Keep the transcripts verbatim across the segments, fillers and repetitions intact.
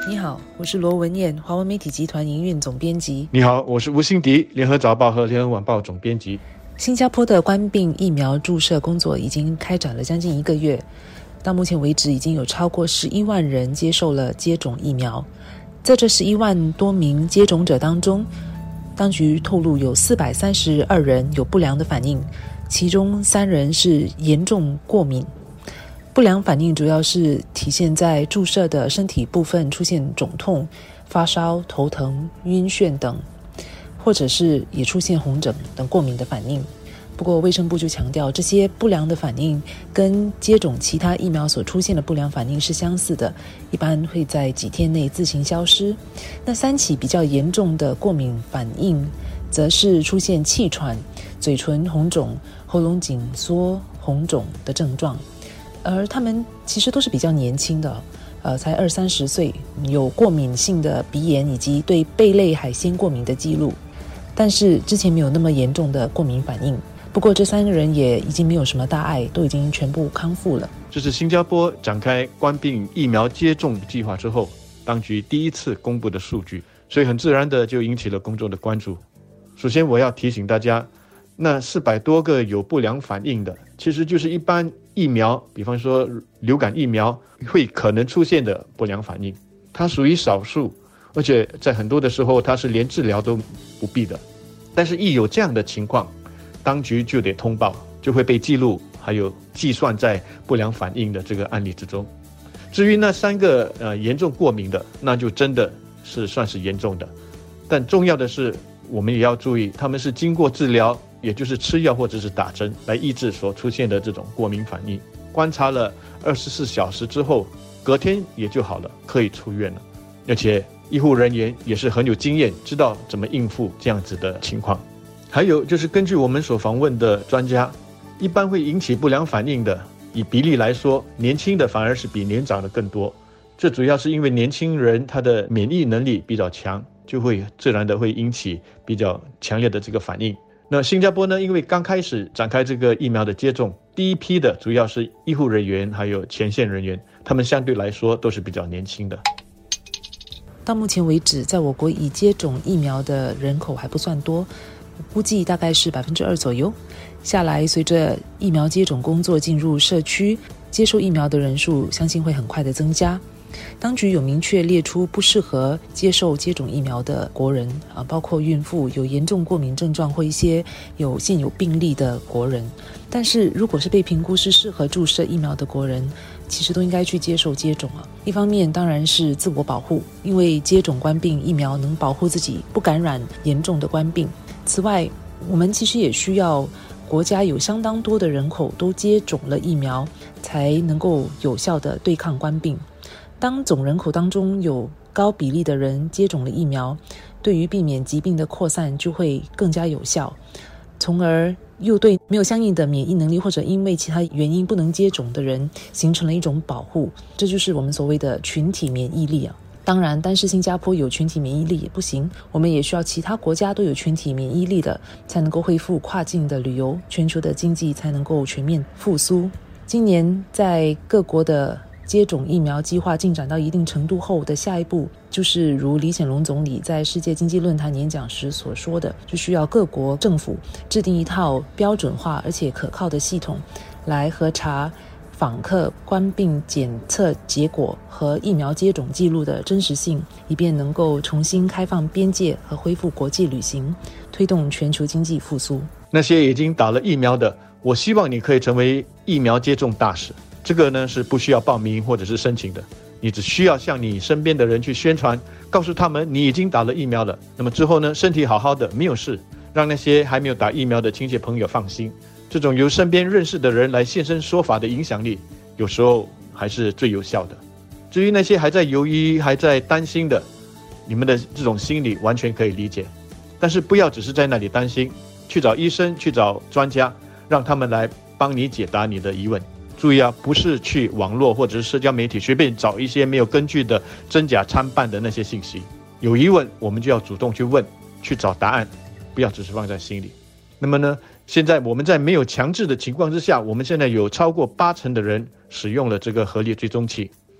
你好，我是罗文燕，华文媒体集团营运总编辑。 你好，我是吴欣迪，联合早报和联合晚报总编辑。 新加坡的冠病疫苗注射工作已经开展了将近一个月，到目前为止已经有超过十一万人接受了接种疫苗。在这十一万多名接种者当中，当局透露有四百三十二人有不良的反应，其中三人是严重过敏。不良反应主要是体现在注射的身体部分出现肿痛、发烧、头疼、晕眩等，或者是也出现红疹等过敏的反应。不过卫生部就强调，这些不良的反应跟接种其他疫苗所出现的不良反应是相似的，一般会在几天内自行消失。那三起比较严重的过敏反应则是出现气喘、嘴唇红肿、喉咙紧缩红肿的症状，而他们其实都是比较年轻的，呃，才二三十岁，有过敏性的鼻炎以及对贝类海鲜过敏的记录，但是之前没有那么严重的过敏反应。不过这三个人也已经没有什么大碍，都已经全部康复了。 这是新加坡展开冠病疫苗接种计划之后，当局第一次公布的数据，所以很自然的就引起了公众的关注。首先我要提醒大家，那四百多个有不良反应的，其实就是一般疫苗，比方说流感疫苗会可能出现的不良反应，它属于少数，而且在很多的时候它是连治疗都不必的。但是一有这样的情况，当局就得通报，就会被记录，还有计算在不良反应的这个案例之中。至于那三个呃严重过敏的，那就真的是算是严重的。但重要的是，我们也要注意，他们是经过治疗，也就是吃药或者是打针来抑制所出现的这种过敏反应，观察了二十四小时之后，隔天也就好了，可以出院了。而且医护人员也是很有经验，知道怎么应付这样子的情况。还有就是根据我们所访问的专家，一般会引起不良反应的，以比例来说，年轻的反而是比年长的更多。这主要是因为年轻人他的免疫能力比较强，就会自然的会引起比较强烈的这个反应。那新加坡呢，因为刚开始展开这个疫苗的接种，第一批的主要是医护人员还有前线人员，他们相对来说都是比较年轻的。 到目前为止，在我国已接种疫苗的人口还不算多，估计大概是百分之二左右。下来，随着疫苗接种工作进入社区，接受疫苗的人数相信会很快的增加。当局有明确列出不适合接受接种疫苗的国人啊，包括孕妇、有严重过敏症状或一些有现有病例的国人。但是如果是被评估是适合注射疫苗的国人，其实都应该去接受接种啊。一方面当然是自我保护，因为接种冠病疫苗能保护自己不感染严重的冠病。此外，我们其实也需要国家有相当多的人口都接种了疫苗，才能够有效的对抗冠病。当总人口当中有高比例的人接种了疫苗，对于避免疾病的扩散就会更加有效，从而又对没有相应的免疫能力或者因为其他原因不能接种的人形成了一种保护。这就是我们所谓的群体免疫力啊。当然，单是新加坡有群体免疫力也不行，我们也需要其他国家都有群体免疫力的，才能够恢复跨境的旅游，全球的经济才能够全面复苏。今年在各国的接种疫苗计划进展到一定程度后的下一步，就是如李显龙总理在世界经济论坛演讲时所说的，就需要各国政府制定一套标准化而且可靠的系统，来核查访客冠病检测结果和疫苗接种记录的真实性，以便能够重新开放边界和恢复国际旅行，推动全球经济复苏。 那些已经打了疫苗的，我希望你可以成为疫苗接种大使。这个呢是不需要报名或者是申请的，你只需要向你身边的人去宣传，告诉他们你已经打了疫苗了。那么之后呢，身体好好的，没有事，让那些还没有打疫苗的亲戚朋友放心。这种由身边认识的人来现身说法的影响力，有时候还是最有效的。至于那些还在犹豫、还在担心的，你们的这种心理完全可以理解，但是不要只是在那里担心，去找医生，去找专家，让他们来帮你解答你的疑问。注意啊，不是去网络或者是社交媒体随便找一些没有根据的真假参半的那些信息。有疑问我们就要主动去问，去找答案，不要只是放在心里。那么呢，现在我们在没有强制的情况之下，我们现在有超过八成的人使用了这个合力追踪器。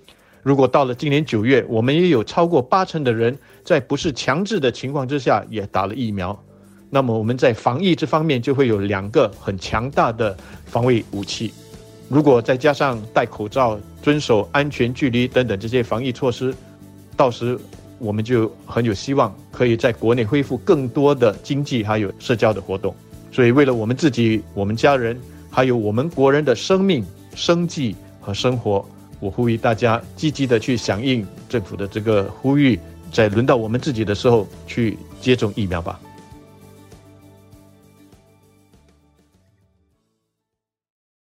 如果到了今年九月，我们也有超过八成的人在不是强制的情况之下也打了疫苗，那么我们在防疫这方面就会有两个很强大的防卫武器。如果再加上戴口罩、遵守安全距离等等这些防疫措施，到时我们就很有希望可以在国内恢复更多的经济还有社交的活动。所以为了我们自己、我们家人还有我们国人的生命、生计和生活，我呼吁大家积极的去响应政府的这个呼吁，在轮到我们自己的时候去接种疫苗吧。